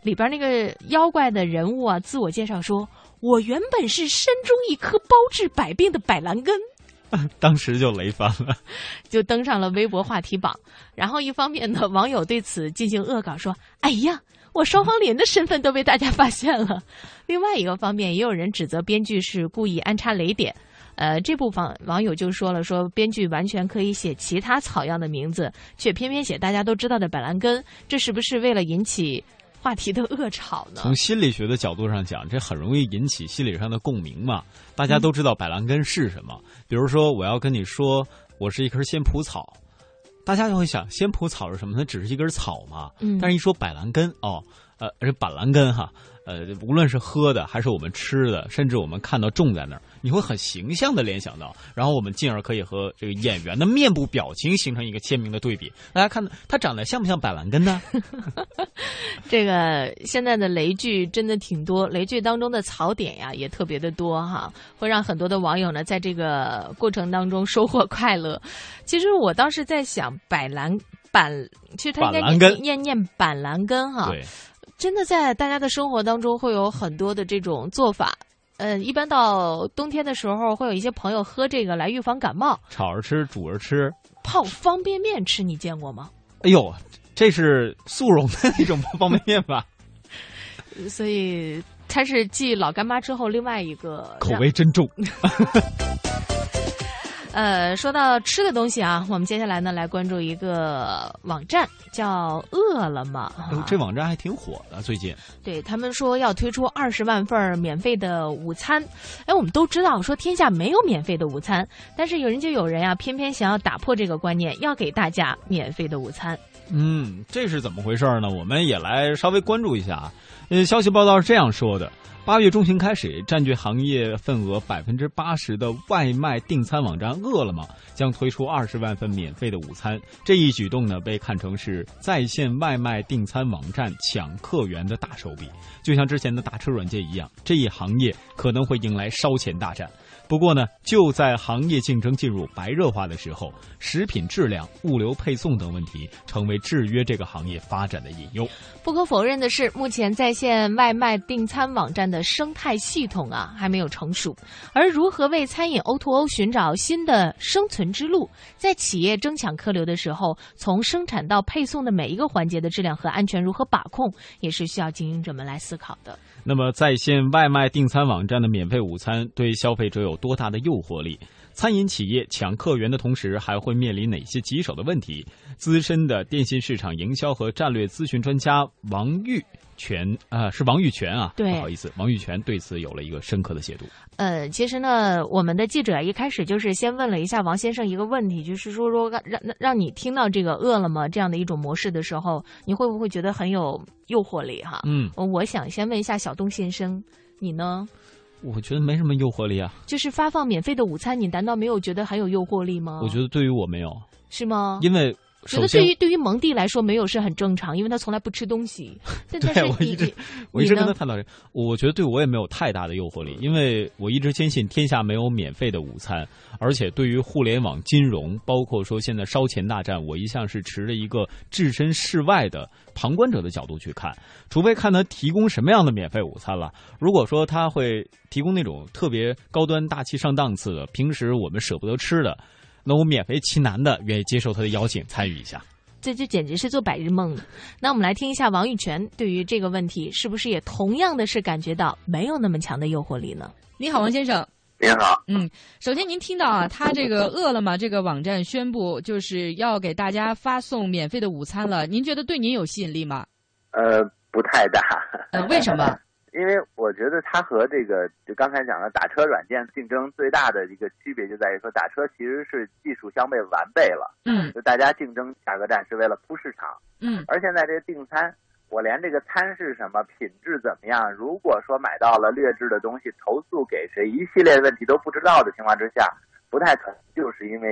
里边那个妖怪的人物啊，自我介绍说：“我原本是山中一棵包治百病的百兰根。” 当时就雷翻了， 就登上了微博话题榜。然后一方面呢，网友对此进行恶搞，说：“哎呀，我双黄连的身份都被大家发现了。”另外一个方面，也有人指责编剧是故意安插雷点。这部分网友就说了，说编剧完全可以写其他草样的名字，却偏偏写大家都知道的百兰根，这是不是为了引起话题的恶炒呢？ 从心理学的角度上讲，这很容易引起心理上的共鸣嘛。大家都知道百兰根是什么，比如说我要跟你说我是一棵仙蒲草，大家就会想仙蒲草是什么？它只是一根草嘛。但是一说百兰根，这板蓝根哈，无论是喝的还是我们吃的，甚至我们看到种在那儿，你会很形象的联想到，然后我们进而可以和这个演员的面部表情形成一个鲜明的对比。大家看它长得像不像板蓝根呢？ 这个现在的雷剧真的挺多，雷剧当中的槽点呀也特别的多哈，会让很多的网友呢在这个过程当中收获快乐。其实我当时在想其实它应该念板蓝根哈。 对。 真的在大家的生活当中会有很多的这种做法，一般到冬天的时候会有一些朋友喝这个来预防感冒， 炒着吃，煮着吃， 泡方便面吃，你见过吗？ 哎呦，这是速溶的那种方便面吧？ 所以它是继老干妈之后另外一个口味真重。 说到吃的东西啊，我们接下来呢来关注一个网站，叫饿了么。 这网站还挺火的，最近。 对，他们说要推出20万份免费的午餐。我们都知道说天下没有免费的午餐，但是有人呀，偏偏想要打破这个观念，要给大家免费的午餐。 这是怎么回事呢？我们也来稍微关注一下啊。消息报道是这样说的：8月中旬开始，占据行业份额80%的外卖订餐网站饿了么将推出20万份免费的午餐。这一举动呢，被看成是在线外卖订餐网站抢客源的大手笔。就像之前的打车软件一样，这一行业可能会迎来烧钱大战。不过呢，就在行业竞争进入白热化的时候，食品质量、物流配送等问题成为制约这个行业发展的隐忧。 不可否认的是，目前在线外卖订餐网站的生态系统啊还没有成熟，而如何为餐饮 O2O 寻找新的生存之路，在企业争抢客流的时候，从生产到配送的每一个环节的质量和安全如何把控，也是需要经营者们来思考的。 那么在线外卖订餐网站的免费午餐对消费者有多大的诱惑力？餐饮企业抢客源的同时还会面临哪些棘手的问题？资深的电信市场营销和战略咨询专家王玉泉是王玉泉啊， 对， 不好意思，王玉泉对此有了一个深刻的解读。 其实呢，我们的记者一开始就是先问了一下王先生一个问题，就是说让你听到这个饿了么这样的一种模式的时候，你会不会觉得很有诱惑力哈？我想先问一下小东先生，你呢？ 我觉得没什么诱惑力啊。 就是发放免费的午餐，你难道没有觉得很有诱惑力吗？ 我觉得对于我没有。 是吗？ 因为觉得对于蒙蒂来说没有是很正常，因为他从来不吃东西。 对，我一直跟他探讨这个，我觉得对我也没有太大的诱惑力，因为我一直坚信天下没有免费的午餐，而且对于互联网金融，包括说现在烧钱大战，我一向是持着一个置身事外的旁观者的角度去看，除非看他提供什么样的免费午餐了。如果说他会提供那种特别高端大气上档次的，平时我们舍不得吃的，那我勉为其难的愿意接受他的邀请参与一下， 这就简直是做白日梦了。那我们来听一下王玉泉对于这个问题是不是也同样的是感觉到没有那么强的诱惑力呢？ 你好，王先生。 您好。 首先您听到啊，他这个饿了么这个网站宣布就是要给大家发送免费的午餐了，您觉得对您有吸引力吗？ 不太大。 为什么？ 因为我觉得它和这个就刚才讲的打车软件竞争最大的一个区别就在于说，打车其实是技术相对完备了，就大家竞争价格战是为了铺市场，而现在这个订餐，我连这个餐是什么、品质怎么样，如果说买到了劣质的东西，投诉给谁，一系列问题都不知道的情况之下，不太可能就是因为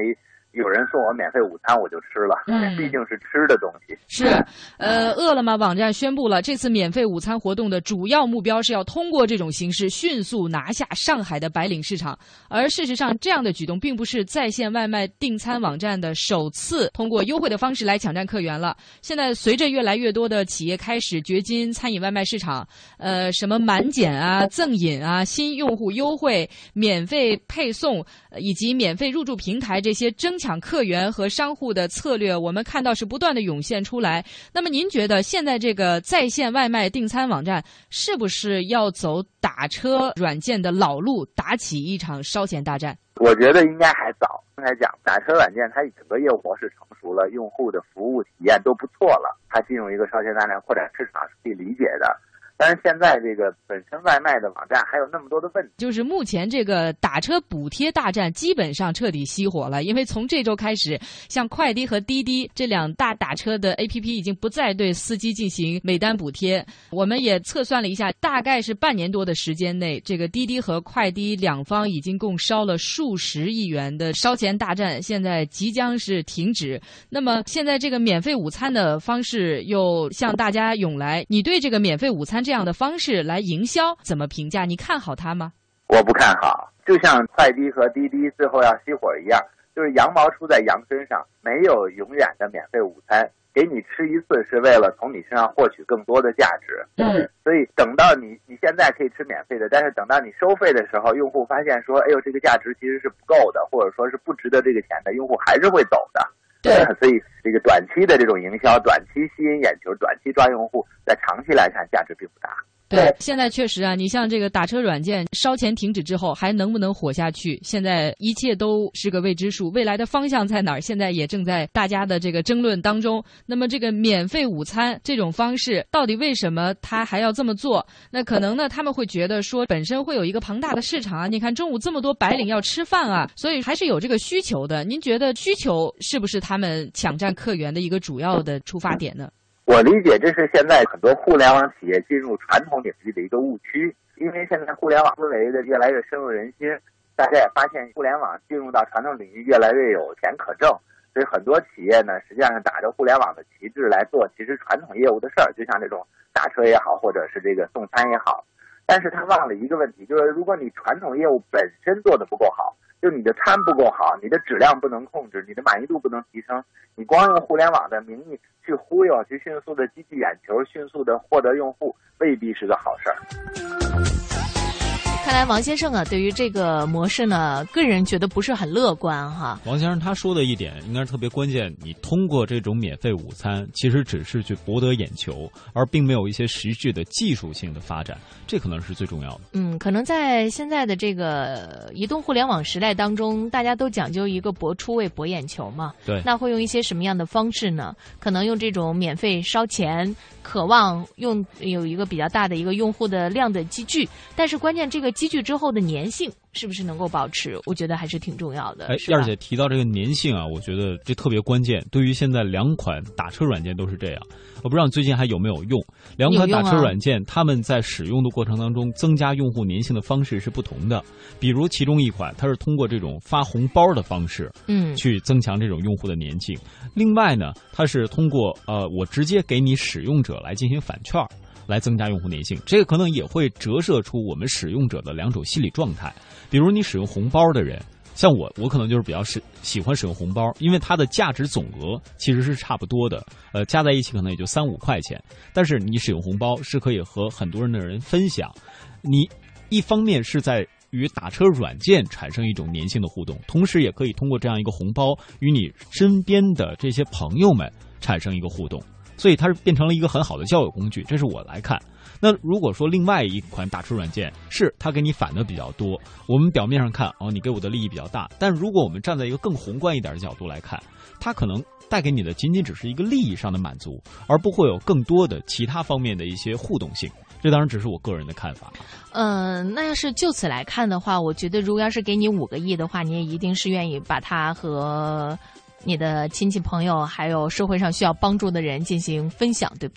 有人送我免费午餐，我就吃了，毕竟是吃的东西。 是，饿了么网站宣布了，这次免费午餐活动的主要目标是要通过这种形式迅速拿下上海的白领市场。而事实上，这样的举动并不是在线外卖订餐网站的首次通过优惠的方式来抢占客源了。现在随着越来越多的企业开始掘金餐饮外卖市场，什么满减啊、赠饮啊、新用户优惠、免费配送以及免费入驻平台这些争抢客源和商户的策略，我们看到是不断的涌现出来。那么您觉得现在这个在线外卖订餐网站是不是要走打车软件的老路，打起一场烧钱大战？ 我觉得应该还早。刚才讲打车软件它整个业务模式成熟了，用户的服务体验都不错了，它进入一个烧钱大战扩展市场是可以理解的。但是现在这个本身外卖的网站还有那么多的问题， 就是目前这个打车补贴大战基本上彻底熄火了，因为从这周开始，像快滴和滴滴这两大打车的 APP 已经不再对司机进行每单补贴。我们也测算了一下，大概是半年多的时间内，这个滴滴和快滴两方已经共烧了数十亿元的烧钱大战，现在即将是停止。那么现在这个免费午餐的方式又向大家涌来，你对这个免费午餐这样的方式来营销怎么评价？你看好它吗？ 我不看好，就像快滴和滴滴最后要熄火一样，就是羊毛出在羊身上，没有永远的免费午餐，给你吃一次是为了从你身上获取更多的价值。所以等到你现在可以吃免费的，但是等到你收费的时候，用户发现说，哎呦，这个价值其实是不够的，或者说是不值得这个钱的，用户还是会走的。对，所以这个短期的这种营销，短期吸引眼球，短期抓用户，在长期来看价值并不大。 对，现在确实啊，你像这个打车软件烧钱停止之后，还能不能火下去？现在一切都是个未知数，未来的方向在哪儿？现在也正在大家的这个争论当中。那么这个免费午餐这种方式，到底为什么他还要这么做？那可能呢，他们会觉得说，本身会有一个庞大的市场啊。你看中午这么多白领要吃饭啊，所以还是有这个需求的。您觉得需求是不是他们抢占客源的一个主要的出发点呢？ 我理解这是现在很多互联网企业进入传统领域的一个误区，因为现在互联网思维的越来越深入人心，大家也发现互联网进入到传统领域越来越有钱可挣，所以很多企业呢实际上是打着互联网的旗帜来做其实传统业务的事儿，就像这种打车也好，或者是这个送餐也好。但是他忘了一个问题，就是如果你传统业务本身做得不够好，就你的餐不够好，你的质量不能控制，你的满意度不能提升，你光用互联网的名义去忽悠，去迅速的积聚眼球，迅速的获得用户，未必是个好事儿。 看来王先生啊，对于这个模式呢，个人觉得不是很乐观哈。 王先生他说的一点应该是特别关键，你通过这种免费午餐，其实只是去博得眼球，而并没有一些实质的技术性的发展，这可能是最重要的。 可能在现在的这个移动互联网时代当中，大家都讲究一个博出位、博眼球嘛。 对。 那会用一些什么样的方式呢？可能用这种免费烧钱，渴望有一个比较大的一个用户的量的积聚，但是关键这个积聚之后的粘性是不是能够保持，我觉得还是挺重要的。 燕儿姐提到这个粘性啊，我觉得这特别关键。对于现在两款打车软件都是这样，我不知道你最近还有没有用。两款打车软件，他们在使用的过程当中，增加用户粘性的方式是不同的。比如其中一款，它是通过这种发红包的方式，去增强这种用户的粘性。另外呢，它是通过我直接给你使用者来进行返券，来增加用户粘性，这个可能也会折射出我们使用者的两种心理状态。比如你使用红包的人，像我可能就是比较喜欢使用红包，因为它的价值总额其实是差不多的，加在一起可能也就3-5块钱。但是你使用红包是可以和很多人的人分享，你一方面是在与打车软件产生一种粘性的互动，同时也可以通过这样一个红包与你身边的这些朋友们产生一个互动。所以它是变成了一个很好的交友工具，这是我来看。那如果说另外一款打车软件是它给你返的比较多，我们表面上看你给我的利益比较大，但如果我们站在一个更宏观一点的角度来看，它可能带给你的仅仅只是一个利益上的满足，而不会有更多的其他方面的一些互动性。这当然只是我个人的看法。 那要是就此来看的话，我觉得如果要是给你5个亿的话，你也一定是愿意把它和你的亲戚朋友还有社会上需要帮助的人进行分享，对不对？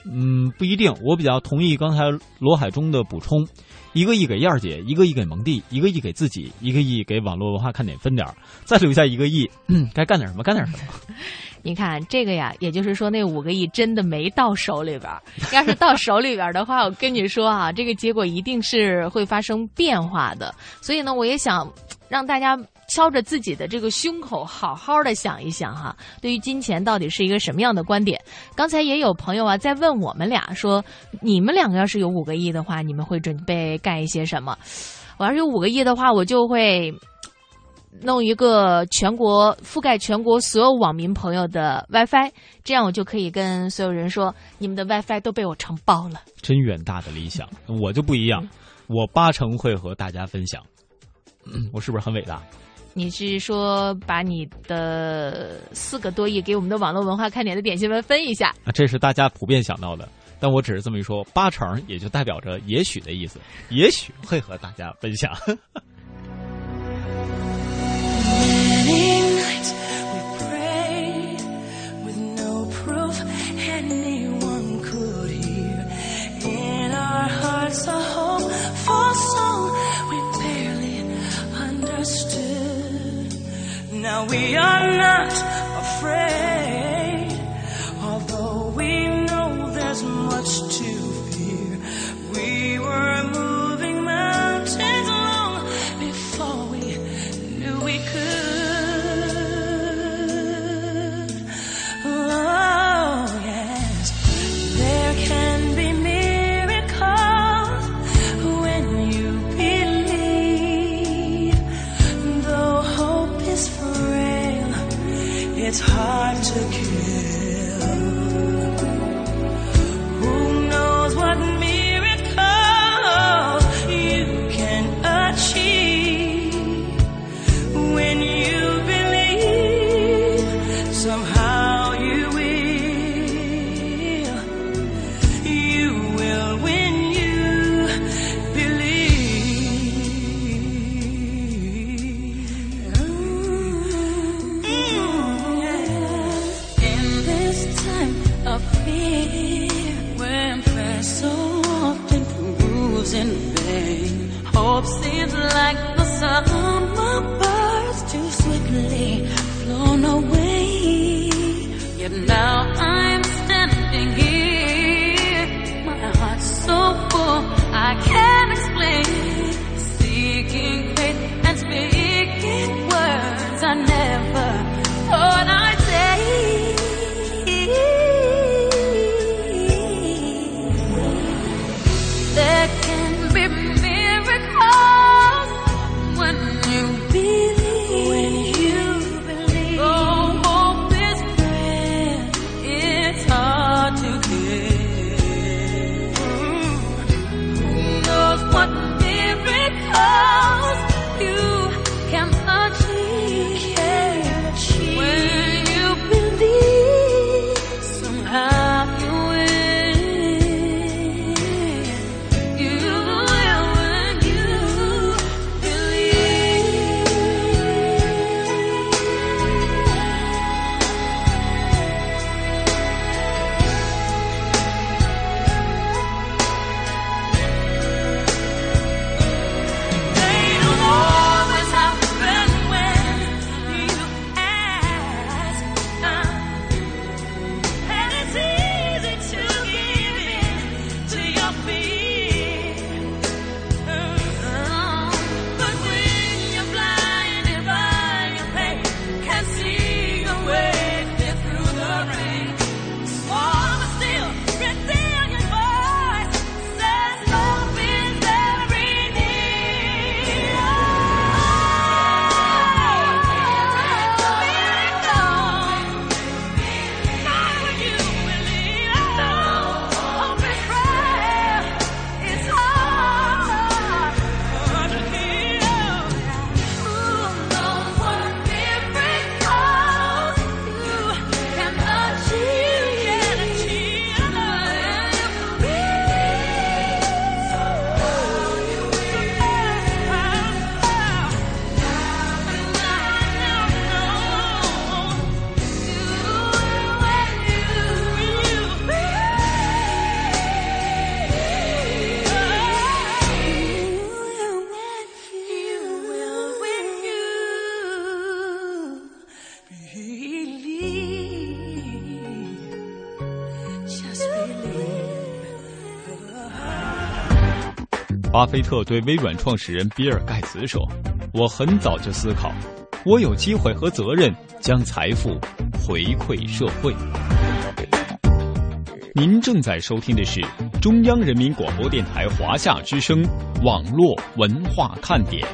不一定，我比较同意刚才罗海中的补充，1个亿给燕儿姐，1个亿给蒙蒂，1个亿给自己，1个亿给网络文化看点分点，再留下1个亿，该干点什么干点什么。 你看这个呀，也就是说那5个亿真的没到手里边，要是到手里边的话，我跟你说啊，这个结果一定是会发生变化的。所以呢，我也想让大家敲着自己的这个胸口，好好的想一想哈，对于金钱到底是一个什么样的观点。刚才也有朋友啊在问我们俩说，你们两个要是有5个亿的话，你们会准备干一些什么？我要是有5个亿的话，我就会弄一个覆盖全国所有网民朋友的 WiFi， 这样我就可以跟所有人说，你们的 WiFi 都被我承包了。 真远大的理想，我就不一样，我80%会和大家分享。我是不是很伟大？ 你是说把你的4个多亿给我们的网络文化看点的点心们分一下？ 这是大家普遍想到的，但我只是这么一说，80%也就代表着也许的意思，也许会和大家分享。 Now we are not afraid, although we know there's much to fear. We were moving mountains long before we knew we could. Oh yes, there can be miracles when you believe, though hope is frail, it's hard to kill. Who knows what miracle you can achieve when you believe, somehow you will when you believe. In this time of fear, when prayer so often proves in vain, hope seems like the summer birds too swiftly flown away. Yet now I'm standing here, my heart's so full I can't explain, seeking faith and speaking words I never thought I'd say. There can be miracles when you believe. Oh, hope is prayer, it 巴菲特对微软创始人比尔盖茨说：“我很早就思考，我有机会和责任将财富回馈社会。”您正在收听的是中央人民广播电台华夏之声网络文化看点。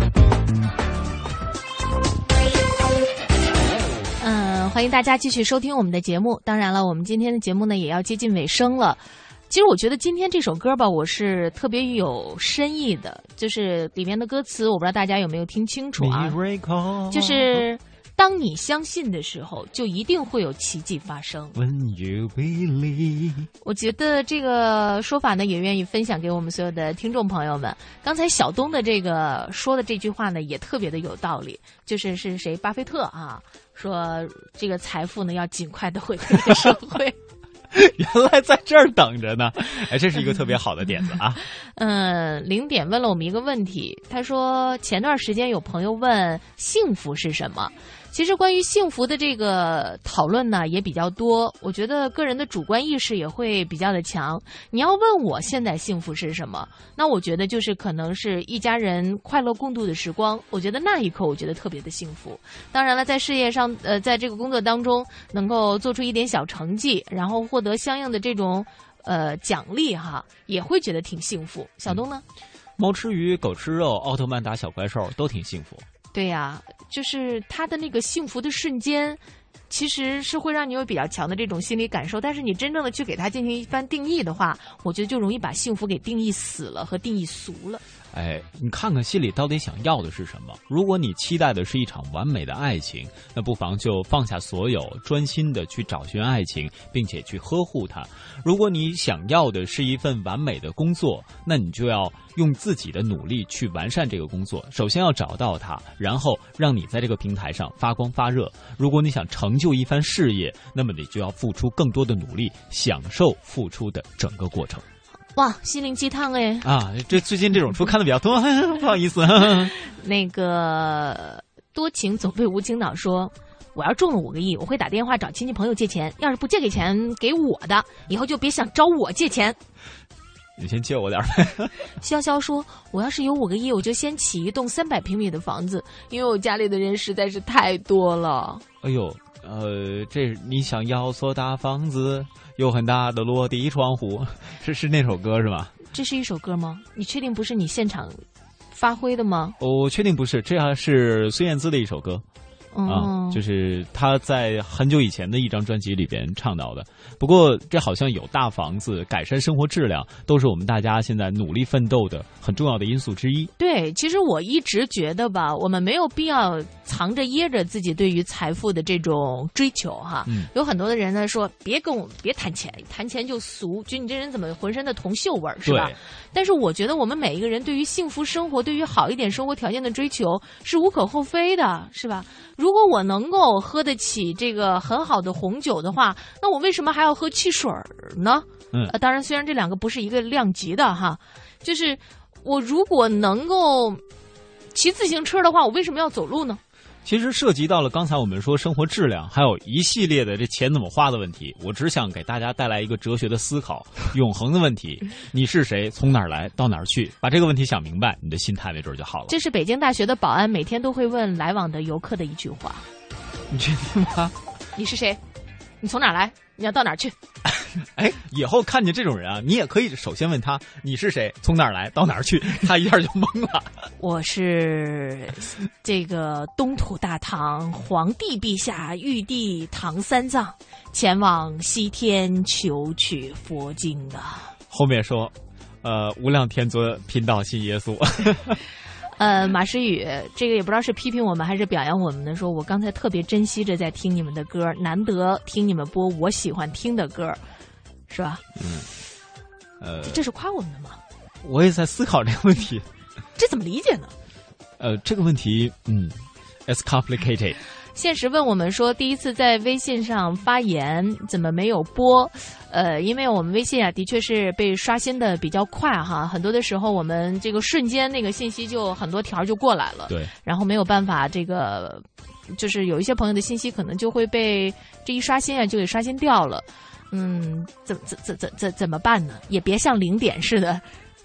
欢迎大家继续收听我们的节目。当然了，我们今天的节目呢也要接近尾声了。其实我觉得今天这首歌吧，我是特别有深意的，就是里面的歌词，我不知道大家有没有听清楚啊？就是当你相信的时候，就一定会有奇迹发生。 When you believe， 我觉得这个说法呢，也愿意分享给我们所有的听众朋友们。刚才小东的这个说的这句话呢，也特别的有道理，就是谁？巴菲特啊，说这个财富呢要尽快的回馈社会。 原来在这儿等着呢，哎，这是一个特别好的点子啊。 零点问了我们一个问题，他说前段时间有朋友问幸福是什么。其实关于幸福的这个讨论呢也比较多，我觉得个人的主观意识也会比较的强。你要问我现在幸福是什么，那我觉得就是可能是一家人快乐共度的时光，我觉得那一刻我觉得特别的幸福。当然了，在事业上在这个工作当中能够做出一点小成绩，然后获得相应的这种奖励哈，也会觉得挺幸福。小东呢？ 猫吃鱼，狗吃肉，奥特曼打小怪兽都挺幸福。 对呀，就是他的那个幸福的瞬间，其实是会让你有比较强的这种心理感受。但是你真正的去给它进行一番定义的话，我觉得就容易把幸福给定义死了和定义俗了。 哎，你看看心里到底想要的是什么？如果你期待的是一场完美的爱情，那不妨就放下所有，专心的去找寻爱情，并且去呵护它。如果你想要的是一份完美的工作，那你就要用自己的努力去完善这个工作。首先要找到它，然后让你在这个平台上发光发热。如果你想成就一番事业，那么你就要付出更多的努力，享受付出的整个过程。 哇，心灵鸡汤哎！ 啊，这最近这种书看的比较多，不好意思。 那个多情总被无情恼说，我要中了5个亿，我会打电话找亲戚朋友借钱，要是不借给钱给我的，以后就别想找我借钱。 你先借我点呗。 潇潇说，我要是有5个亿，我就先起一栋300平米的房子，因为我家里的人实在是太多了。 哎呦，这你想要所大房子，有很大的落地窗户，是那首歌是吧？ 这是一首歌吗？你确定不是你现场发挥的吗？ 我确定不是，这还是孙燕姿的一首歌。就是他在很久以前的一张专辑里边唱到的。不过这好像有大房子、改善生活质量，都是我们大家现在努力奋斗的很重要的因素之一。 对，其实我一直觉得吧，我们没有必要藏着掖着自己对于财富的这种追求哈。有很多的人呢说，别谈钱，谈钱就俗，就你这人怎么浑身的铜锈味儿，是吧？但是我觉得我们每一个人对于幸福生活，对于好一点生活条件的追求是无可厚非的，是吧？如果我能够喝得起这个很好的红酒的话，那我为什么还要喝汽水呢？当然，虽然这两个不是一个量级的哈，就是我如果能够骑自行车的话，我为什么要走路呢？ 其实涉及到了刚才我们说生活质量，还有一系列的这钱怎么花的问题。我只想给大家带来一个哲学的思考，永恒的问题：你是谁？从哪儿来？到哪儿去？把这个问题想明白，你的心态没准就好了。 这是北京大学的保安每天都会问来往的游客的一句话。 你确定吗？ 你是谁？你从哪儿来？你要到哪儿去？ 哎，以后看见这种人啊，你也可以首先问他你是谁，从哪儿来，到哪儿去，他一下就懵了。 我是这个东土大唐皇帝陛下玉帝唐三藏，前往西天求取佛经的。 后面说无量天尊频道信耶稣。 马诗雨，这个也不知道是批评我们还是表扬我们的，说我刚才特别珍惜着在听你们的歌，难得听你们播我喜欢听的歌，是吧？这是夸我们的吗？ 我也在思考这个问题， 这怎么理解呢？ 这个问题，it's complicated。 现实问我们说，第一次在微信上发言怎么没有播？因为我们微信啊，的确是被刷新的比较快哈，很多的时候我们这个瞬间那个信息就很多条就过来了， 对， 然后没有办法，这个就是有一些朋友的信息可能就会被这一刷新啊就给刷新掉了，怎么办呢？也别像零点似的。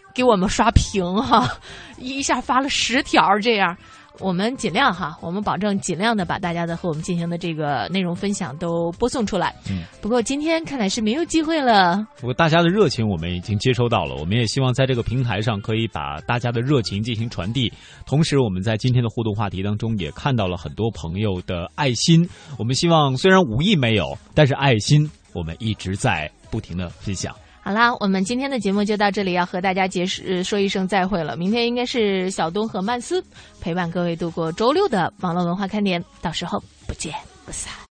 给我们刷屏哈，一下发了10条这样。我们尽量哈，我们保证尽量的把大家的和我们进行的这个内容分享都播送出来。不过今天看来是没有机会了。 不过大家的热情我们已经接收到了，我们也希望在这个平台上可以把大家的热情进行传递。同时，我们在今天的互动话题当中也看到了很多朋友的爱心。我们希望虽然5亿没有，但是爱心我们一直在不停的分享。 好啦，我们今天的节目就到这里，要和大家说一声再会了。明天应该是小东和曼斯陪伴各位度过周6的网络文化看点，到时候不见不散。